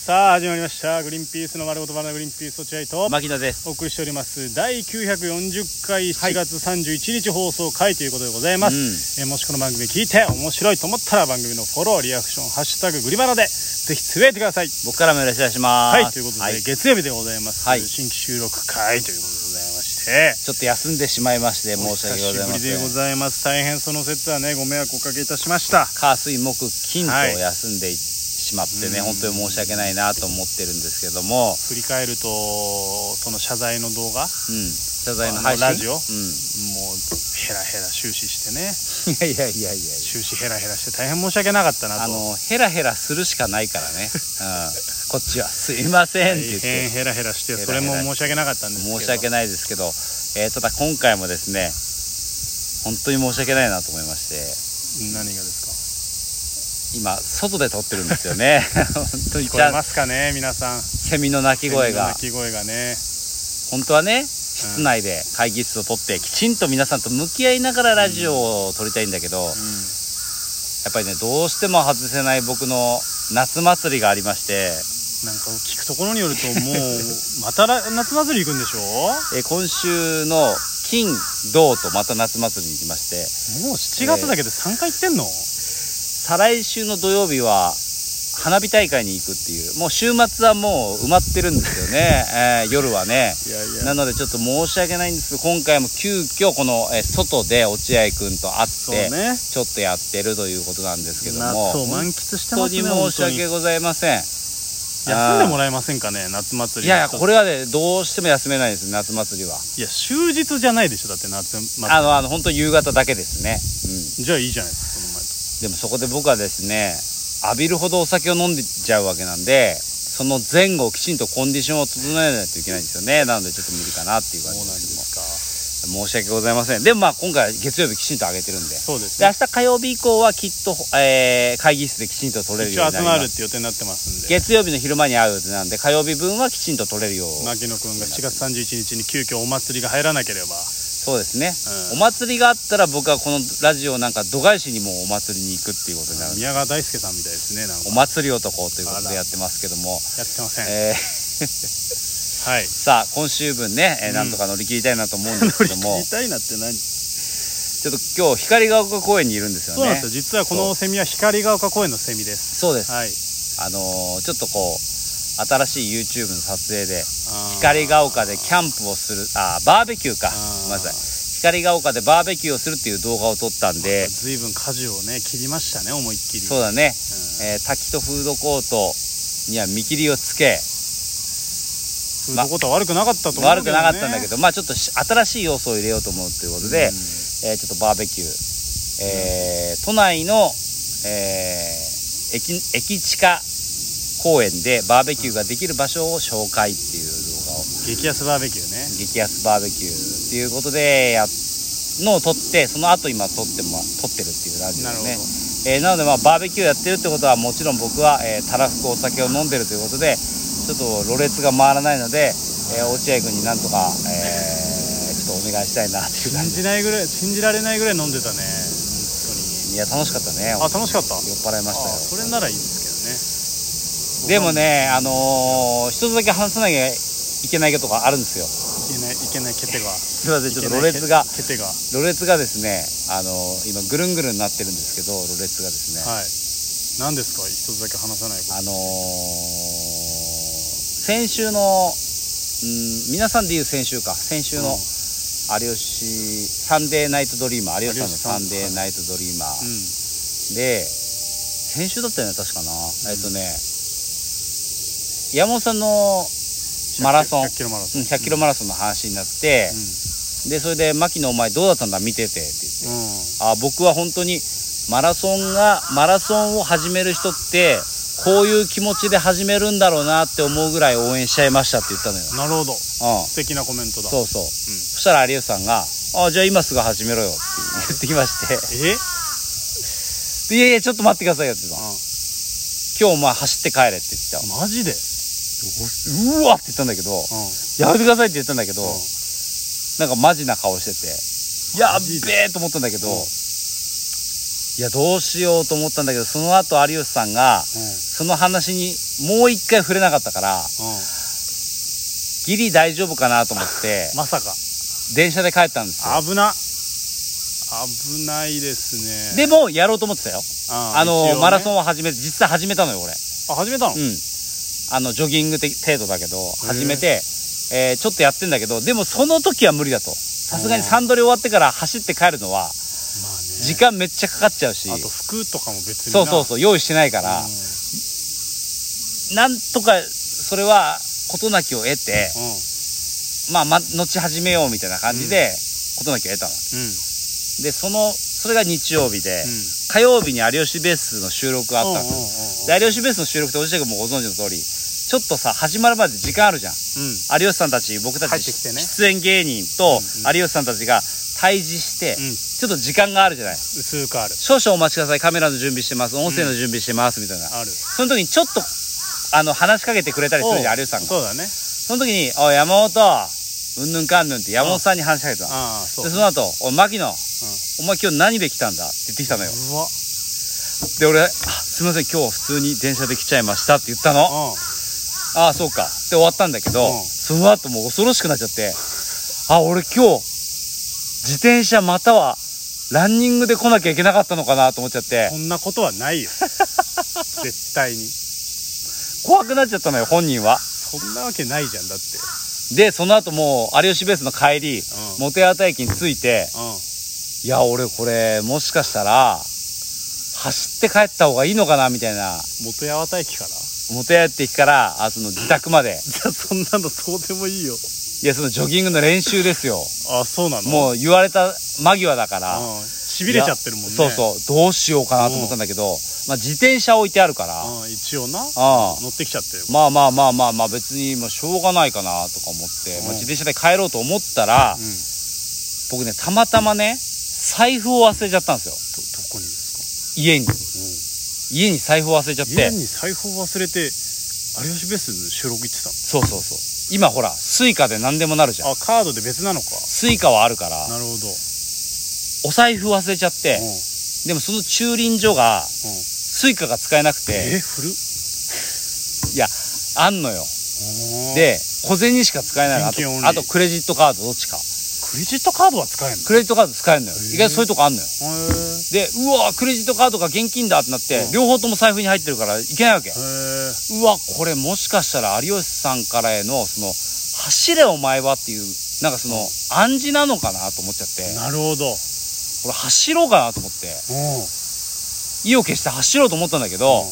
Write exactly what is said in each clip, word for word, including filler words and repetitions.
さあ始まりました。グリーンピースの丸ごとバナナグリーンピース落合と牧野ですお送りしておりますだいきゅうひゃくよんじゅっかいしちがつさんじゅういちにち放送回ということでございます、うん、えもしこの番組聞いて面白いと思ったら番組のフォローリアクションハッシュタググリバナでぜひつぶやいてください。 僕からもよろしくお願いします。 はい、ということで、はい、月曜日でございます、はい、新規収録回ということでございましてちょっと休んでしまいまして申し訳ございません。 お久しぶりでございます。大変その節はねご迷惑をおかけいたしました。 火水木金と休んでいって、はいしまってね、うん、本当に申し訳ないなと思ってるんですけども、 振り返るとその謝罪の動画、うん、 謝罪の配信ラジオ、うん、もうヘラヘラ終始してねいやいやいやいや終始ヘラヘラして大変申し訳なかったなと。 あのヘラヘラするしかないからね、うん、こっちはすいませんって言って大変ヘラヘラしてそれも申し訳なかったんですけど申し訳ないですけど、えー、ただ今回もですね本当に申し訳ないなと思いまして。 何がですか？ 今外で撮ってるんですよね本当に聞こえますかね皆さん。 セミの鳴き声が鳴き声がね本当はね室内で会議室を撮ってきちんと皆さんと向き合いながらラジオを撮りたいんだけど、うん、やっぱりねどうしても外せない僕の夏祭りがありまして、 なんか聞くところによるともうまた夏祭り行くんでしょえ今週の金土とまた夏祭りに行きまして、 もうしちがつだけでさんかい行ってんの、えー再来週の土曜日は花火大会に行くっていう、もう週末はもう埋まってるんですよね、えー、夜はねいやいやなのでちょっと申し訳ないんですけど今回も急遽この、えー、外で落合くんと会って、ね、ちょっとやってるということなんですけども夏を満喫してますね。 本当に申し訳ございません。 休んでもらえませんかね夏祭り。 いやいやこれはねどうしても休めないです夏祭りは。 いや終日じゃないでしょだって夏祭りあのあの本当夕方だけですね、 うん、じゃあいいじゃないですか。その前とでもそこで僕はですね浴びるほどお酒を飲んでちゃうわけなんでその前後きちんとコンディションを整えないといけないんですよね。なのでちょっと無理かなっていう感じですけども。 そうなんですか。 申し訳ございません。でもまあ今回月曜日きちんと上げてるんで、 そうですね。 で明日火曜日以降はきっと、えー、会議室できちんと取れるようになります。 一応集まるって予定になってますんで月曜日の昼間に会う予定なんで火曜日分はきちんと取れるよう牧野くんがしちがつさんじゅういちにちに急遽お祭りが入らなければそうですね、うん、お祭りがあったら僕はこのラジオなんか度外視にもお祭りに行くっていうことになるんで宮川大輔さんみたいですね。なんかお祭り男ということでやってますけどもやってません、 えーはい、 さあ今週分ね、えー、なんとか乗り切りたいなと思うんですけども、 乗り切りたいなって何ちょっと今日光が丘公園にいるんですよね。 そうなんですよ。実はこのセミは光が丘公園のセミです。 そうです、 はい、 あのー、ちょっとこう新しい YouTube の撮影で光が丘でキャンプをするあバーベキューかごめんなさい光が丘でバーベキューをするっていう動画を撮ったんで随分舵をね切りましたね思いっきり。 そうだね、うんえー、滝とフードコートには見切りをつけフードコートは悪くなかったと思うけどね、 悪くなかったんだけどまあちょっと新しい要素を入れようと思うということで、うんえー、ちょっとバーベキュー、えー、都内の、えー、駅, 駅地下公園でバーベキューができる場所を紹介っていう動画を激安バーベキューね激安バーベキューっていうことでやのを撮ってその後今撮っても撮ってるっていうラジオですね。なるほど、えー、なのでまあバーベキューやってるってことはもちろん僕は、えー、たらふくお酒を飲んでるということでちょっとろれつが回らないので、えー、落合君になんとか、えー、ちょっとお願いしたいなっていう感じ。 信じないぐらい信じられないぐらい飲んでたね本当に。 いや楽しかったね。 あ楽しかった。 酔っ払いましたよ。 それならいいですけどね。 でもねあのー、一つだけ話さなきゃいけないことがあるんですよ。 いけないいけないケテがすいませんちょっとろれつがケテがろれつがですねあのー、今ぐるんぐるんになってるんですけどろれつがですねはい何ですか一つだけ話さないこと。 あのー、先週のん皆さんで言う先週か先週の有吉、うん、サンデーナイトドリーマー有吉さんのサンデーナイトドリーマー、うん、で先週だったよね確かな、うん、えっとね山本さんのマラソンひゃっキロマラソン、ひゃっキロマラソンの話になって、うん、でそれで牧野お前どうだったんだ見ててって言って、うん、あ僕は本当にマラソンがマラソンを始める人ってこういう気持ちで始めるんだろうなって思うぐらい応援しちゃいましたって言ったのよ。なるほど、うん、素敵なコメントだ。 そうそう、うん、そしたら有吉さんがあじゃあ今すぐ始めろよって言ってきましてえいやいやちょっと待ってくださいよって言った、うん、今日お前走って帰れって言ってた。 マジでうわって言ったんだけど、うん、やめてくださいって言ったんだけど、うん、なんかマジな顔しててやっべえと思ったんだけど、うん、 いやどうしようと思ったんだけど、その後有吉さんが、うん、その話にもう一回触れなかったから、うん、ギリ大丈夫かなと思ってまさか電車で帰ったんですよ。 危な危ないですね。 でもやろうと思ってたよ。ああの、ね、マラソンを始めて、実際始めたのよ俺。 あ、始めたの？ うん。あのジョギング程度だけど始めて、えー、ちょっとやってんだけど、でもその時は無理だと。さすがにサンドリ終わってから走って帰るのは、まあね、時間めっちゃかかっちゃうし、 あと服とかも別にそうそうそう用意してないから、なんとかそれは事なきを得て、うん、まあ、ま後始めようみたいな感じで事なきを得たの、うん、でそのそれが日曜日で、うん、火曜日に有吉ベースの収録があったんですよ。で有吉ベースの収録っておじいちゃんもご存知の通り、ちょっとさ始まるまで時間あるじゃん、うん、有吉さんたち僕たち、ね、出演芸人と有吉さんたちが対峙して、うん、ちょっと時間があるじゃない。 薄くある。 少々お待ちください、カメラの準備してます、音声の準備してますみたいな、うん、ある。その時にちょっとあの話しかけてくれたりするじゃん有吉さんが。 そうだね。 その時におい山本うんぬんかんぬんって山本さんに話しかけてたの。ああそう。でその後おい牧野、うん、お前今日何で来たんだって言ってきたのよ。うわ。で俺あすいません今日普通に電車で来ちゃいましたって言ったの。ああそうかって終わったんだけど、うん、その後もう恐ろしくなっちゃって、あ俺今日自転車またはランニングで来なきゃいけなかったのかなと思っちゃって。 そんなことはないよ絶対に。 怖くなっちゃったのよ本人は。 そんなわけないじゃんだって。 でその後もう有吉ベースの帰り、うん、元八幡駅に着いて、うん、いや俺これもしかしたら走って帰った方がいいのかなみたいな。 元八幡駅から元八幡駅からあその自宅までじゃあそんなのどうでもいいよ。 いやそのジョギングの練習ですよ。 あそうなの。もう言われた間際だからしびれちゃってるもんね。 そうそうどうしようかなと思ったんだけど、まあ、自転車置いてあるから一応な乗ってきちゃってる。 まあまあまあまあまあ別にもうしょうがないかなとか思って、まあ、自転車で帰ろうと思ったら、うん、僕ねたまたまね財布を忘れちゃったんですよ。 ど, どこにですか？ 家に、うん、家に財布を忘れちゃって。 家に財布を忘れて有吉ベースの収録行ってたの？ そうそうそう。今ほらスイカで何でもなるじゃん。 あカードで別なのか。 スイカはあるから。 なるほど。 お財布忘れちゃって、うん、でもその駐輪所が、うん、スイカが使えなくて。 え古っ。 いやあんのよ。で小銭しか使えないの。あと、あとクレジットカードどっちか。 クレジットカードは使えんの？ クレジットカード使えんのよ。意外とそういうとこあんのよ。でうわクレジットカードが現金だってなって、うん、両方とも財布に入ってるからいけないわけ。うわこれもしかしたら有吉さんからへのその走れお前はっていうなんかその暗示なのかなと思っちゃって。 なるほど。 俺走ろうかなと思って、うん、意を決して走ろうと思ったんだけど、うん、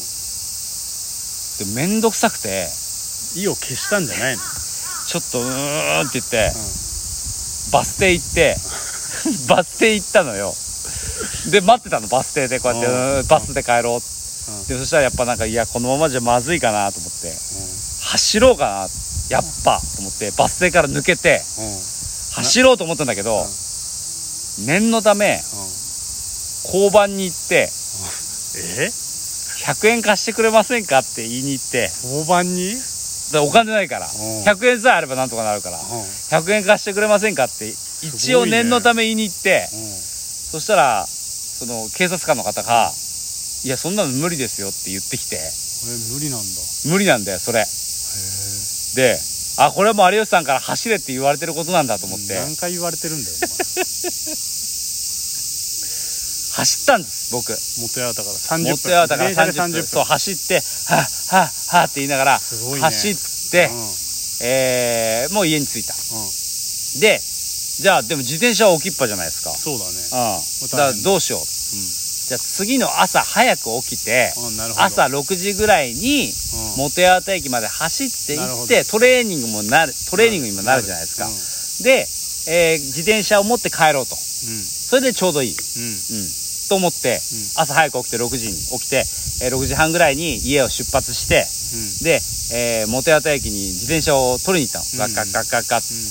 でめんどくさくて。 意を消したんじゃないの？ ちょっとうーんって言って、うんバス停行ってバス停行ったのよ。で待ってたのバス停でこうやって、うん、バスで帰ろう、うん、でそしたらやっぱなんかいやこのままじゃまずいかなと思って、うん、走ろうかなやっぱと思ってバス停から抜けて、うん、走ろうと思ったんだけど、うん、念のため、うん、交番に行って、 うん、えひゃくえん貸してくれませんかって言いに行って。 交番に？ お金ないから、うん、ひゃくえんさえあればなんとかなるから、うん、ひゃくえん貸してくれませんかって一応念のため言いに行って、ねうん、そしたらその警察官の方が「いやそんなの無理ですよ」って言ってきて。え無理なんだ。 無理なんだよそれ。へであこれはもう有吉さんから走れって言われてることなんだと思って。 何回言われてるんだよお前走ったんです僕。 元八幡からさんじゅっぷん。 元八幡からさんじゅっぷん。そう走ってはっはっはって言いながら、ね、走って、うんえー、もう家に着いた、うん、でじゃあでも自転車は置きっぱじゃないですか。 そうだね、 うん、だからどうしよう、うん、じゃあ次の朝早く起きて、うん、朝ろくじぐらいに元八幡駅まで走って行って、うん、トレーニングもなるトレーニングにもなるじゃないですか、うん、で、えー、自転車を持って帰ろうと、うん、それでちょうどいい、うんうんと思って、うん、朝早く起きてろくじに起きて、えー、ろくじはんぐらいに家を出発して、うん、で、えー、元八幡駅に自転車を取りに行ったの、うん、ガッガッガッガッガッ、うん、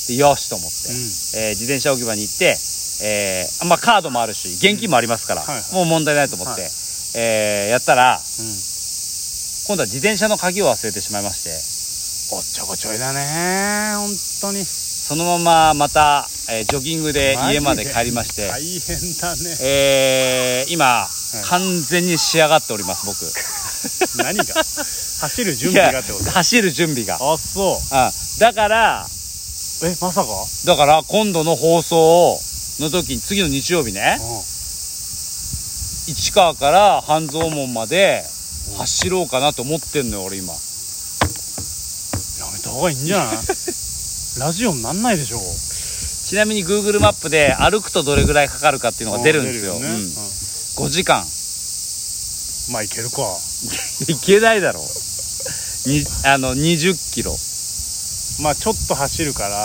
でよしと思って、うんえー、自転車置き場に行って、えーまあ、カードもあるし現金もありますから、うんはいはい、もう問題ないと思って、はいえー、やったら、うん、今度は自転車の鍵を忘れてしまいまして。 おっちょこちょいだね本当に。 そのまままた、えージョギングで家まで帰りまして大変だね。 えー今、 い完全に仕上がっております僕。 何が走る準備がってこと？ いや走る準備が、 あ、そうん、だからう。え、まさか？ だから今度の放送の時に次の日曜日ね、 うん。 市川から半蔵門まで走ろうかなと思ってんのよ俺今。 やめた方がいいんじゃない？ラジオになんないでしょ。 ちなみに Google マップで歩くとどれぐらいかかるかっていうのが出るんですよ。 あ出るよね。 うん、 うんごじかん。 まあいけるか。 いけないだろにあのにじゅっキロ。 まあちょっと走るから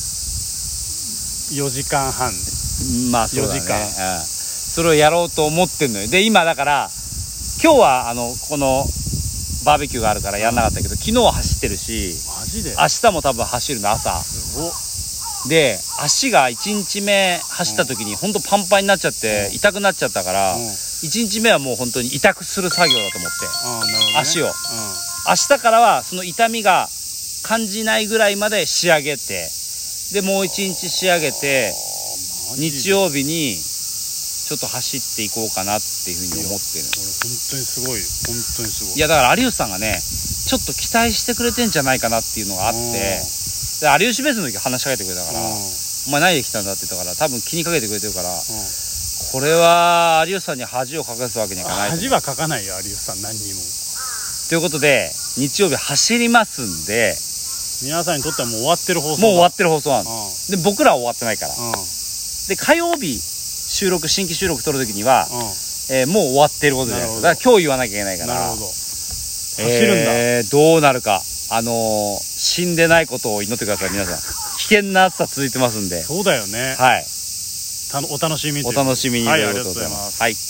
よじかんはん。 まあそうだね、 よじかんうん、それをやろうと思ってんのよ。で今だから今日はあのこのバーベキューがあるからやんなかったけど、うん、昨日は走ってるし、 マジで明日も多分走るの朝。 すごっ。 で足がいちにちめ走った時に本当パンパンになっちゃって痛くなっちゃったから、うん、いちにちめはもう本当に痛くする作業だと思って、 あ、なるほどね、 足を、うん、明日からはその痛みが感じないぐらいまで仕上げて、でもういちにち仕上げて日曜日にちょっと走っていこうかなっていうふうに思ってる。 これ本当にすごいよ。本当にすごい。 いやだから有吉さんがねちょっと期待してくれてんじゃないかなっていうのがあって、で有吉ベースの時話しかけてくれたから、お前何で来たんだって言ったから多分気にかけてくれてるから、これは有吉さんに恥をかかすわけにはいかない。 恥はかかないよ有吉さん何にも。 ということで日曜日走りますんで、 皆さんにとってはもう終わってる放送だ。 もう終わってる放送なんで、 うん、 で僕らは終わってないから、 うん、 で火曜日収録新規収録撮る時には、うんえー、もう終わってることじゃないですか。だから今日言わなきゃいけないから。 なるほど。走るんだ、 えー、どうなるか、あのー、死んでないことを祈ってください皆さん。危険な暑さ続いてますんで。 そうだよね。 はい、 たお楽しみに。 お楽しみにということで、 はい、ありがとうございます。 はい。